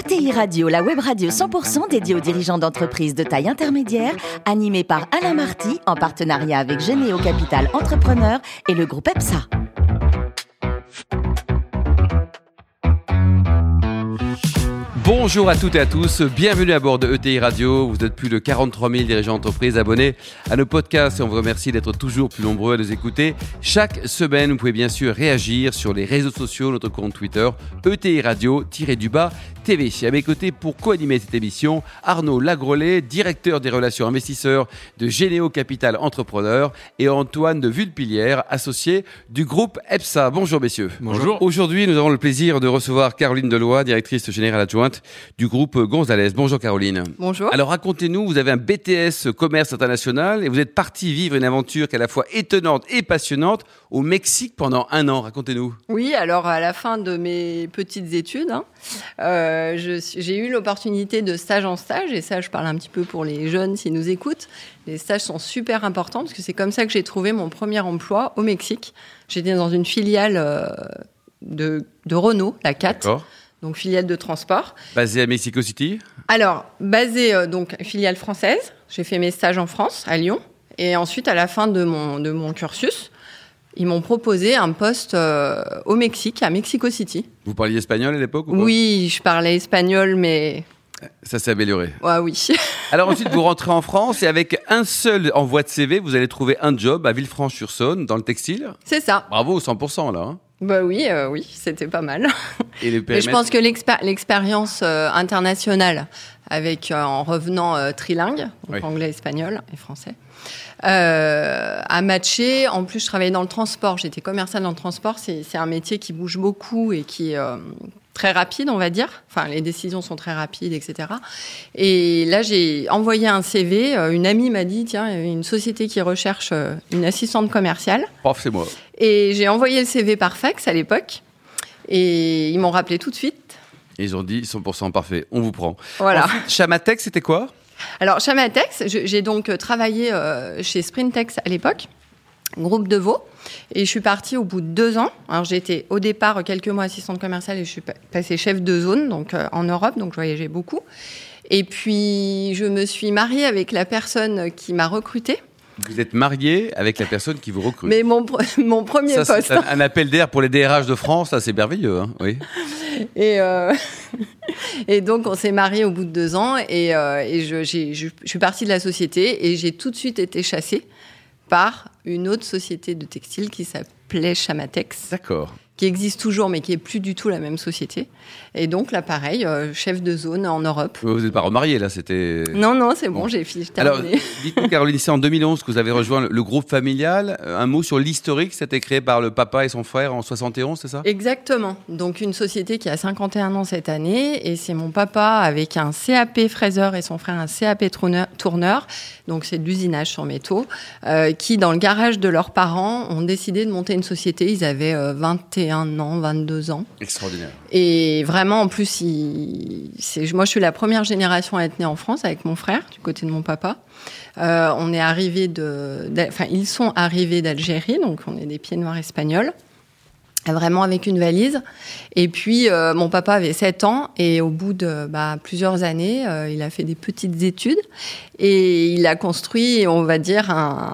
ETI Radio, la web radio 100% dédiée aux dirigeants d'entreprises de taille intermédiaire, animée par Alain Marty, en partenariat avec Généo Capital Entrepreneur et le groupe EPSA. Bonjour à toutes et à tous, bienvenue à bord de ETI Radio. Vous êtes plus de 43 000 dirigeants d'entreprise abonnés à nos podcasts et on vous remercie d'être toujours plus nombreux à nous écouter. Chaque semaine, vous pouvez bien sûr réagir sur les réseaux sociaux, notre compte Twitter, ETI Radio-du-bas TV. À mes côtés, pour co-animer cette émission, Arnaud Lagrolet, directeur des relations investisseurs de Généo Capital Entrepreneur, et Antoine de Vulpilière, associé du groupe EPSA. Bonjour messieurs. Bonjour. Aujourd'hui, nous avons le plaisir de recevoir Caroline Deloy, directrice générale adjointe du groupe Gonzalez. Bonjour Caroline. Bonjour. Alors racontez-nous, vous avez un BTS commerce international et vous êtes partie vivre une aventure qui est à la fois étonnante et passionnante au Mexique pendant 1 an. Racontez-nous. Oui, alors à la fin de mes petites études, j'ai eu l'opportunité de stage en stage, et ça je parle un petit peu pour les jeunes s'ils nous écoutent. Les stages sont super importants parce que c'est comme ça que j'ai trouvé mon premier emploi au Mexique. J'étais dans une filiale de Renault, la 4. D'accord. Donc filiale de transport. Basée à Mexico City. Alors, basée, donc filiale française, j'ai fait mes stages en France, à Lyon. Et ensuite, à la fin de mon cursus, ils m'ont proposé un poste au Mexique, à Mexico City. Vous parliez espagnol à l'époque ou pas ? Oui, je parlais espagnol, mais... Ça s'est amélioré. Ouais, oui. Alors ensuite, vous rentrez en France et avec un seul envoi de CV, vous allez trouver un job à Villefranche-sur-Saône, dans le textile. C'est ça. Bravo, 100% là. Hein. Bah oui, c'était pas mal. Et les Mais je pense que l'expérience internationale, avec en revenant trilingue, donc Oui. anglais, espagnol et français, a matché. En plus, je travaillais dans le transport. J'étais commerciale dans le transport. C'est un métier qui bouge beaucoup et qui est très rapide, on va dire. Enfin, les décisions sont très rapides, etc. Et là, j'ai envoyé un CV. Une amie m'a dit, tiens, il y a une société qui recherche une assistante commerciale. Prof, c'est moi. Et j'ai envoyé le CV par fax à l'époque. Et ils m'ont rappelé tout de suite. Et ils ont dit 100% parfait, on vous prend. Voilà. Ensuite, Chamatex, c'était quoi ? Alors, Chamatex, j'ai donc travaillé chez Sprintex à l'époque, groupe de Vaud. Et je suis partie au bout de 2 ans. Alors, j'étais au départ quelques mois assistante commerciale et je suis passée chef de zone donc, en Europe, donc je voyageais beaucoup. Et puis, je me suis mariée avec la personne qui m'a recrutée. Vous êtes marié avec la personne qui vous recrute. Mais mon premier ça, poste. C'est un appel d'air pour les DRH de France, ça c'est merveilleux. Hein, oui. Et donc, on s'est mariés au bout de 2 ans et je suis partie de la société et j'ai tout de suite été chassée par une autre société de textile qui s'appelait Chamatex. D'accord. Qui existe toujours, mais qui est plus du tout la même société. Et donc, là, pareil, chef de zone en Europe. Vous n'êtes pas remarié, là, c'était... Non, c'est bon, j'ai terminé. Alors, dites-nous, Caroline, c'est en 2011 que vous avez rejoint le groupe familial. Un mot sur l'historique, c'était créé par le papa et son frère en 71, c'est ça ? Exactement. Donc, une société qui a 51 ans cette année. Et c'est mon papa avec un CAP fraiseur et son frère un CAP tourneur. Donc, c'est de l'usinage sur métaux. Qui, dans le garage de leurs parents, ont décidé de monter une société. Ils avaient 21 ans, 22 ans. Extraordinaire. Et vraiment, en plus, moi, je suis la première génération à être née en France avec mon frère, du côté de mon papa. On est arrivés ils sont arrivés d'Algérie, donc on est des pieds noirs espagnols, vraiment avec une valise. Et puis, mon papa avait 7 ans et au bout de plusieurs années, il a fait des petites études et il a construit, on va dire,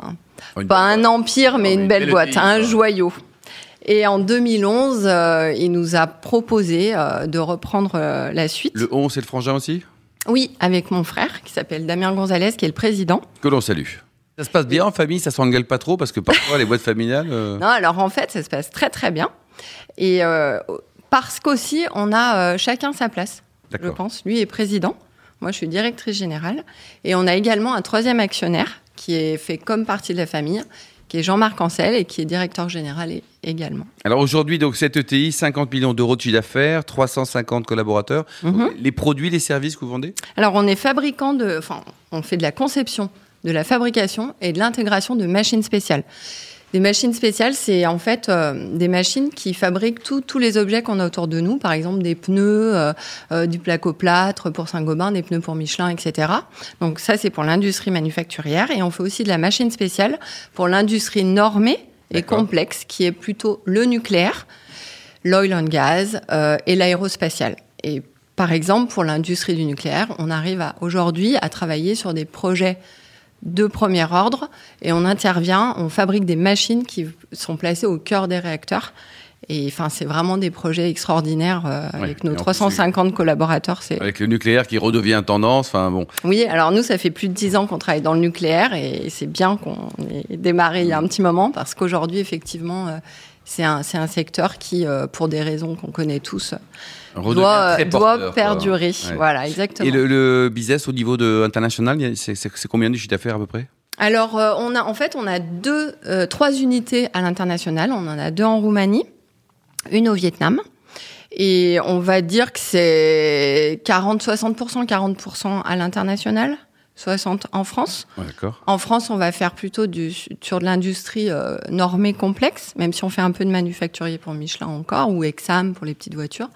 pas un empire, mais une belle boîte, un joyau. Et en 2011, il nous a proposé de reprendre la suite. Le 11, c'est le frangin aussi ? Oui, avec mon frère, qui s'appelle Damien Gonzalez, qui est le président. Que l'on salue. Ça se passe bien en famille, ça s'engueule pas trop, parce que parfois, les boîtes familiales... Non, alors en fait, ça se passe très très bien. Et parce qu'aussi, on a chacun sa place, D'accord. je pense. Lui est président, moi je suis directrice générale. Et on a également un 3e actionnaire, qui est fait comme partie de la famille, qui est Jean-Marc Ancel et qui est directeur général également. Alors aujourd'hui, donc cette ETI, 50 millions d'euros de chiffre d'affaires, 350 collaborateurs. Donc, les produits, les services que vous vendez ? Alors on est fabricant on fait de la conception, de la fabrication et de l'intégration de machines spéciales. Des machines spéciales, c'est en fait des machines qui fabriquent tous les objets qu'on a autour de nous. Par exemple, des pneus, du placo-plâtre pour Saint-Gobain, des pneus pour Michelin, etc. Donc ça, c'est pour l'industrie manufacturière. Et on fait aussi de la machine spéciale pour l'industrie normée et complexe, qui est plutôt le nucléaire, l'oil and gas et l'aérospatial. Et Par exemple, pour l'industrie du nucléaire, on arrive aujourd'hui à travailler sur des projets de premier ordre et on intervient, on fabrique des machines qui sont placées au cœur des réacteurs. Et enfin, c'est vraiment des projets extraordinaires avec nos 350 collaborateurs. Avec le nucléaire qui redevient tendance. Oui, alors nous, ça fait plus de 10 ans qu'on travaille dans le nucléaire et c'est bien qu'on ait démarré il y a un petit moment parce qu'aujourd'hui, effectivement, c'est un secteur qui, pour des raisons qu'on connaît tous, doit perdurer. Ouais. Voilà, exactement. Et le business au niveau international, c'est combien du chiffre d'affaires à peu près ? Alors, on a 3 unités à l'international. On en a 2 en Roumanie, une au Vietnam. Et on va dire que c'est 40% à l'international, 60% en France. Ouais, d'accord. En France, on va faire plutôt sur de l'industrie normée complexe, même si on fait un peu de manufacturier pour Michelin encore, ou Exam pour les petites voitures,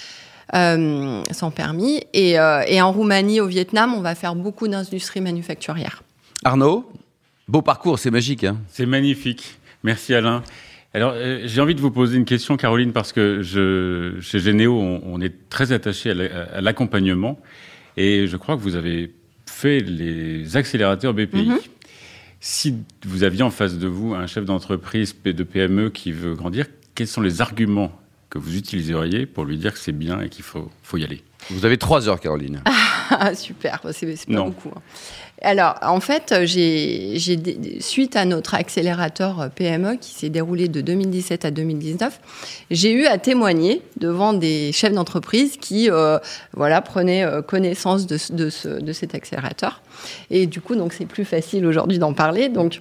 sans permis. Et en Roumanie, au Vietnam, on va faire beaucoup d'industrie manufacturière. Arnaud, beau parcours, c'est magique. Hein. C'est magnifique. Merci Alain. Alors, j'ai envie de vous poser une question, Caroline, parce que chez Généo, on est très attaché à l'accompagnement. Et je crois que vous avez fait les accélérateurs BPI. Mm-hmm. Si vous aviez en face de vous un chef d'entreprise de PME qui veut grandir, quels sont les arguments que vous utiliseriez pour lui dire que c'est bien et qu'il faut y aller ? Vous avez 3 heures, Caroline. Super, c'est pas beaucoup. Hein. Alors, en fait, suite à notre accélérateur PME qui s'est déroulé de 2017 à 2019, j'ai eu à témoigner devant des chefs d'entreprise qui prenaient connaissance de cet accélérateur. Et du coup, donc, c'est plus facile aujourd'hui d'en parler. Donc,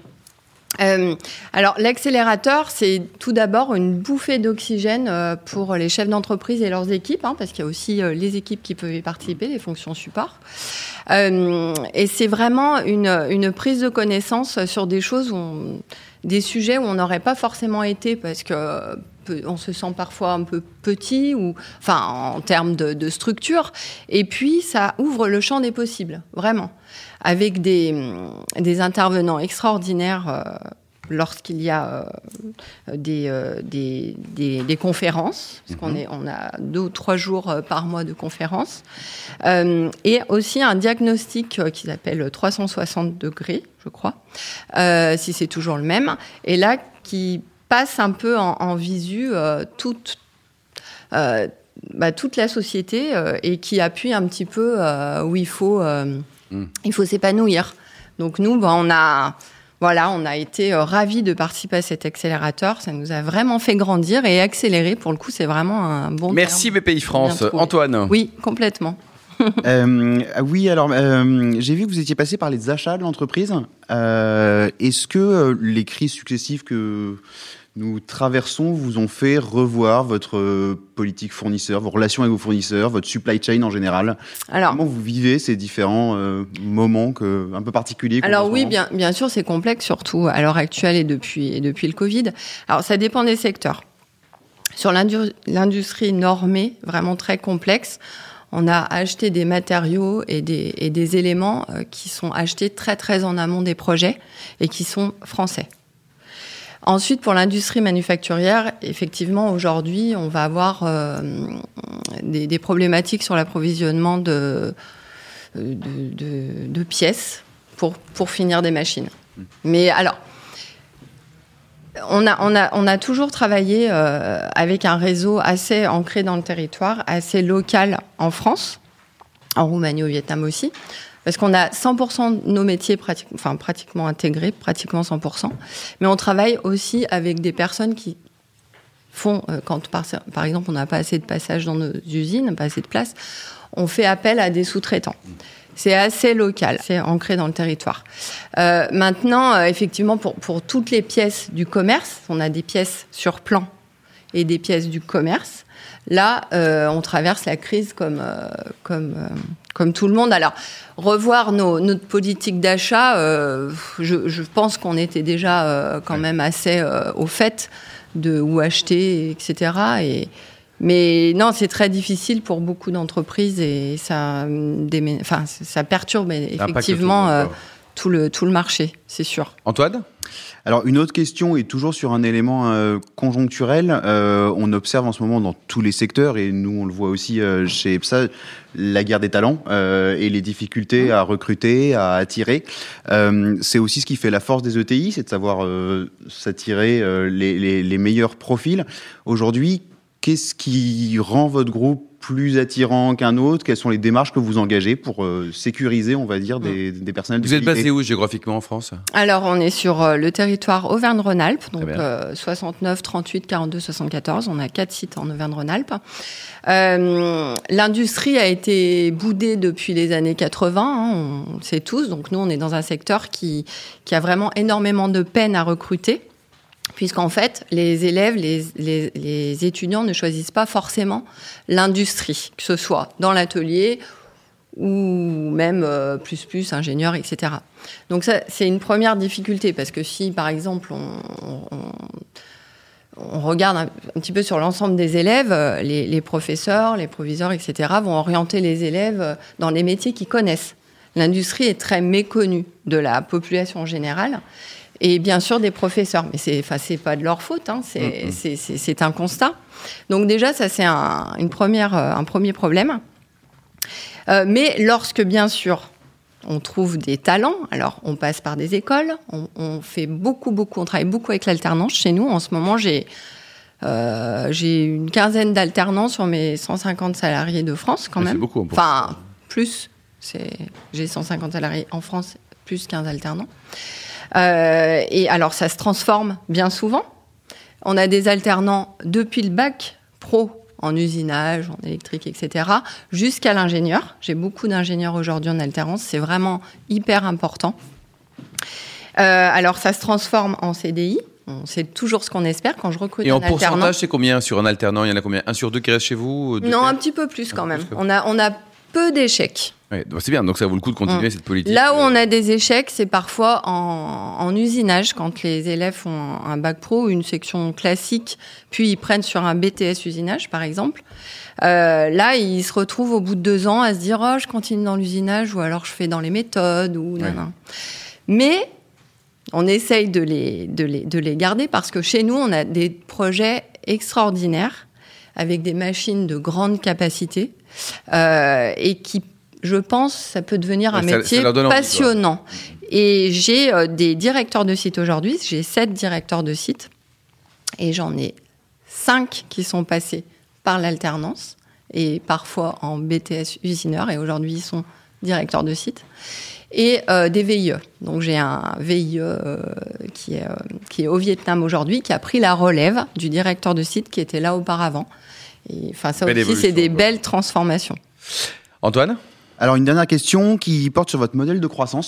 alors, l'accélérateur, c'est tout d'abord une bouffée d'oxygène pour les chefs d'entreprise et leurs équipes, parce qu'il y a aussi les équipes qui peuvent y participer, les fonctions support. Et c'est vraiment une prise de connaissance sur des choses, des sujets où on n'aurait pas forcément été parce que on se sent parfois un peu petit, en termes de structure. Et puis, ça ouvre le champ des possibles, vraiment. Avec des intervenants extraordinaires lorsqu'il y a des conférences, parce qu'on a 2 ou 3 jours par mois de conférences, et aussi un diagnostic qu'ils appellent 360 degrés, je crois, si c'est toujours le même, et là, qui passe un peu en visu toute la société et qui appuie un petit peu où il faut s'épanouir. Donc nous, on a été ravis de participer à cet accélérateur. Ça nous a vraiment fait grandir et accélérer. Pour le coup, c'est vraiment un bon Merci terme. BPI France. Antoine. Oui, complètement. Oui, alors j'ai vu que vous étiez passé par les achats de l'entreprise. Est-ce que les crises successives que nous traversons vous ont fait revoir votre politique fournisseur, vos relations avec vos fournisseurs, votre supply chain en général ? Alors, comment vous vivez ces différents moments un peu particuliers ? Alors oui, bien sûr, c'est complexe, surtout à l'heure actuelle et depuis le Covid. Alors, ça dépend des secteurs. Sur l'industrie normée, vraiment très complexe, on a acheté des matériaux et des éléments qui sont achetés très, très en amont des projets et qui sont français. Ensuite, pour l'industrie manufacturière, effectivement, aujourd'hui, on va avoir des problématiques sur l'approvisionnement de pièces pour finir des machines. Mais alors, on a toujours travaillé avec un réseau assez ancré dans le territoire, assez local en France, en Roumanie, au Vietnam aussi. Parce qu'on a 100% de nos métiers pratiquement intégrés, pratiquement 100%. Mais on travaille aussi avec des personnes qui font, quand par exemple on n'a pas assez de passages dans nos usines, pas assez de place, on fait appel à des sous-traitants. C'est assez local, c'est ancré dans le territoire. Maintenant, effectivement, pour toutes les pièces du commerce, on a des pièces sur plan et des pièces du commerce. Là, on traverse la crise comme tout le monde. Alors, revoir notre politique d'achat, je pense qu'on était déjà quand même assez au fait de où acheter, etc. Mais non, c'est très difficile pour beaucoup d'entreprises et ça perturbe effectivement tout le marché, c'est sûr. Antoine ? Alors, une autre question est toujours sur un élément conjoncturel. On observe en ce moment dans tous les secteurs, et nous, on le voit aussi chez EPSA, la guerre des talents et les difficultés à recruter, à attirer. C'est aussi ce qui fait la force des ETI, c'est de savoir s'attirer les meilleurs profils. Aujourd'hui, qu'est-ce qui rend votre groupe plus attirant qu'un autre ? Quelles sont les démarches que vous engagez pour sécuriser, on va dire, des personnels de Vous êtes qualité ? basé où géographiquement en France ? Alors, on est sur le territoire Auvergne-Rhône-Alpes, donc 69, 38, 42, 74. On a 4 sites en Auvergne-Rhône-Alpes. L'industrie a été boudée depuis les années 80, on le sait tous. Donc, nous, on est dans un secteur qui a vraiment énormément de peine à recruter. Puisqu'en fait, les élèves, les étudiants ne choisissent pas forcément l'industrie, que ce soit dans l'atelier ou même plus ingénieur, etc. Donc ça, c'est une première difficulté, parce que si, par exemple, on regarde un petit peu sur l'ensemble des élèves, les professeurs, les proviseurs, etc., vont orienter les élèves dans les métiers qu'ils connaissent. L'industrie est très méconnue de la population générale. Et bien sûr des professeurs, mais c'est pas de leur faute, hein, c'est un constat. Donc déjà, ça c'est un premier problème. Mais lorsque bien sûr on trouve des talents, alors on passe par des écoles, on fait on travaille beaucoup avec l'alternance chez nous. En ce moment, j'ai une quinzaine d'alternants sur mes 150 salariés de France quand même. C'est beaucoup. Enfin plus, j'ai 150 salariés en France plus 15 alternants. Et alors, ça se transforme bien souvent. On a des alternants depuis le bac pro en usinage, en électrique, etc., jusqu'à l'ingénieur. J'ai beaucoup d'ingénieurs aujourd'hui en alternance. C'est vraiment hyper important. Alors, ça se transforme en CDI. C'est toujours ce qu'on espère quand je recrute un alternant. Et en pourcentage, c'est combien sur un alternant ? Il y en a combien ? 1 sur 2 qui reste chez vous ? Non, un petit peu plus quand même. On a peu d'échecs. Ouais, c'est bien, donc ça vaut le coup de continuer cette politique. Là où on a des échecs, c'est parfois en usinage, quand les élèves font un bac pro ou une section classique, puis ils prennent sur un BTS usinage, par exemple. Là, ils se retrouvent au bout de 2 ans à se dire « Oh, je continue dans l'usinage » ou alors « Je fais dans les méthodes » ou non. Mais on essaye de les garder, parce que chez nous, on a des projets extraordinaires avec des machines de grande capacité et qui, je pense, ça peut devenir un métier passionnant. Et j'ai des directeurs de site aujourd'hui. J'ai 7 directeurs de site. Et j'en ai 5 qui sont passés par l'alternance et parfois en BTS usineur. Et aujourd'hui, ils sont directeurs de site. Et des VIE. Donc, j'ai un VIE qui est au Vietnam aujourd'hui, qui a pris la relève du directeur de site qui était là auparavant. Et, enfin, ça aussi, c'est des belles transformations. Antoine ? Alors, une dernière question qui porte sur votre modèle de croissance.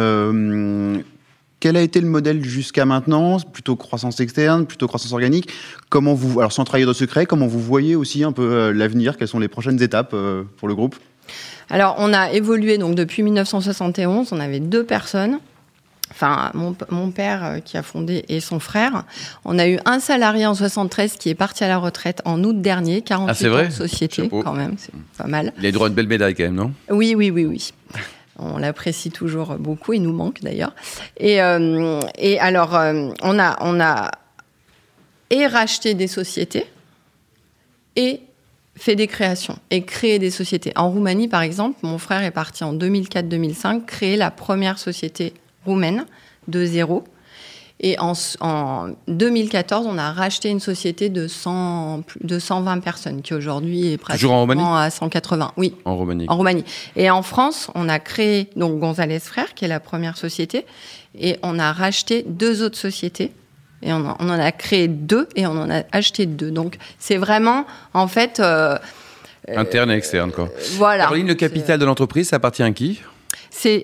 Quel a été le modèle jusqu'à maintenant ? Plutôt croissance externe, plutôt croissance organique ? Comment vous, alors sans trahir de secret, comment vous voyez aussi un peu l'avenir ? Quelles sont les prochaines étapes pour le groupe ? Alors, on a évolué donc depuis 1971. On avait 2 personnes. Enfin, mon père qui a fondé et son frère. On a eu un salarié en 73 qui est parti à la retraite en août dernier, 48 ans de société. Chapeau. Quand même, c'est pas mal. Il a eu droit à une belle médaille quand même, non ? Oui. On l'apprécie toujours beaucoup, il nous manque d'ailleurs. Et alors, on a racheté des sociétés et fait des créations et créé des sociétés. En Roumanie, par exemple, mon frère est parti en 2004-2005 créer la première société roumaine de zéro. Et en 2014, on a racheté une société de 120 personnes qui aujourd'hui est pratiquement à 180. Oui, en Roumanie. En Roumanie. Et en France, on a créé donc Gonzalez Frères, qui est la première société, et on a racheté 2 autres sociétés. Et on en a créé 2 et on en a acheté 2. Donc c'est vraiment en fait interne et externe, quoi. Voilà. Caroline, le capital de l'entreprise, ça appartient à qui ? C'est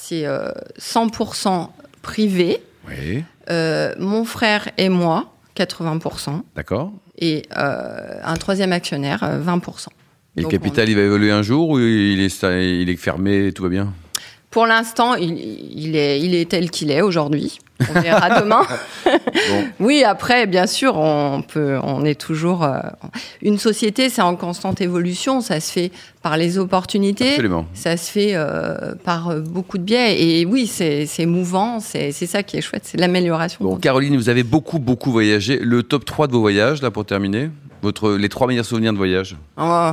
100% privé. Oui. Mon frère et moi, 80%. D'accord. Et un 3e actionnaire, 20%. Et donc, le capital, il va évoluer un jour ou il est fermé, tout va bien ? Pour l'instant, il est tel qu'il est aujourd'hui. On verra demain. Bon. Oui, après, bien sûr, on est toujours... une société, c'est en constante évolution. Ça se fait par les opportunités. Absolument. Ça se fait par beaucoup de biais. Et oui, c'est mouvant. C'est ça qui est chouette. C'est l'amélioration. Bon, Caroline, vous avez beaucoup voyagé. Le top 3 de vos voyages, là, pour terminer, les 3 meilleurs souvenirs de voyage. Oh.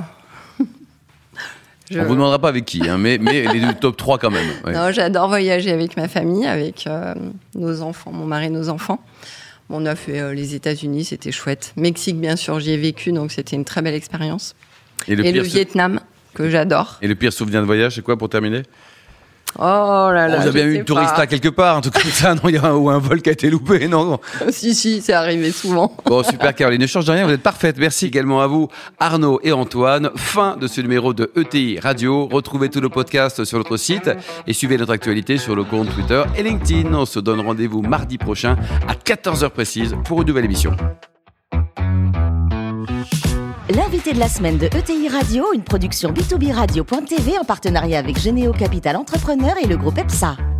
On ne vous demandera pas avec qui, hein, mais les top 3 quand même. Ouais. Non, j'adore voyager avec ma famille, avec nos enfants, mon mari et nos enfants. On a fait les États-Unis, c'était chouette. Mexique, bien sûr, j'y ai vécu, donc c'était une très belle expérience. Et le Vietnam, que j'adore. Et le pire souvenir de voyage, c'est quoi pour terminer ? Oh là là. Vous avez bien eu une tourista quelque part, un truc comme ça, non, ou un vol qui a été loupé, non ? Si, c'est arrivé souvent. Bon, super Caroline, ne change de rien, vous êtes parfaite. Merci également à vous, Arnaud et Antoine. Fin de ce numéro de ETI Radio. Retrouvez tous nos podcasts sur notre site et suivez notre actualité sur le compte Twitter et LinkedIn. On se donne rendez-vous mardi prochain à 14h précise pour une nouvelle émission. L'invité de la semaine de ETI Radio, une production B2B Radio.tv en partenariat avec Généo Capital Entrepreneur et le groupe EPSA.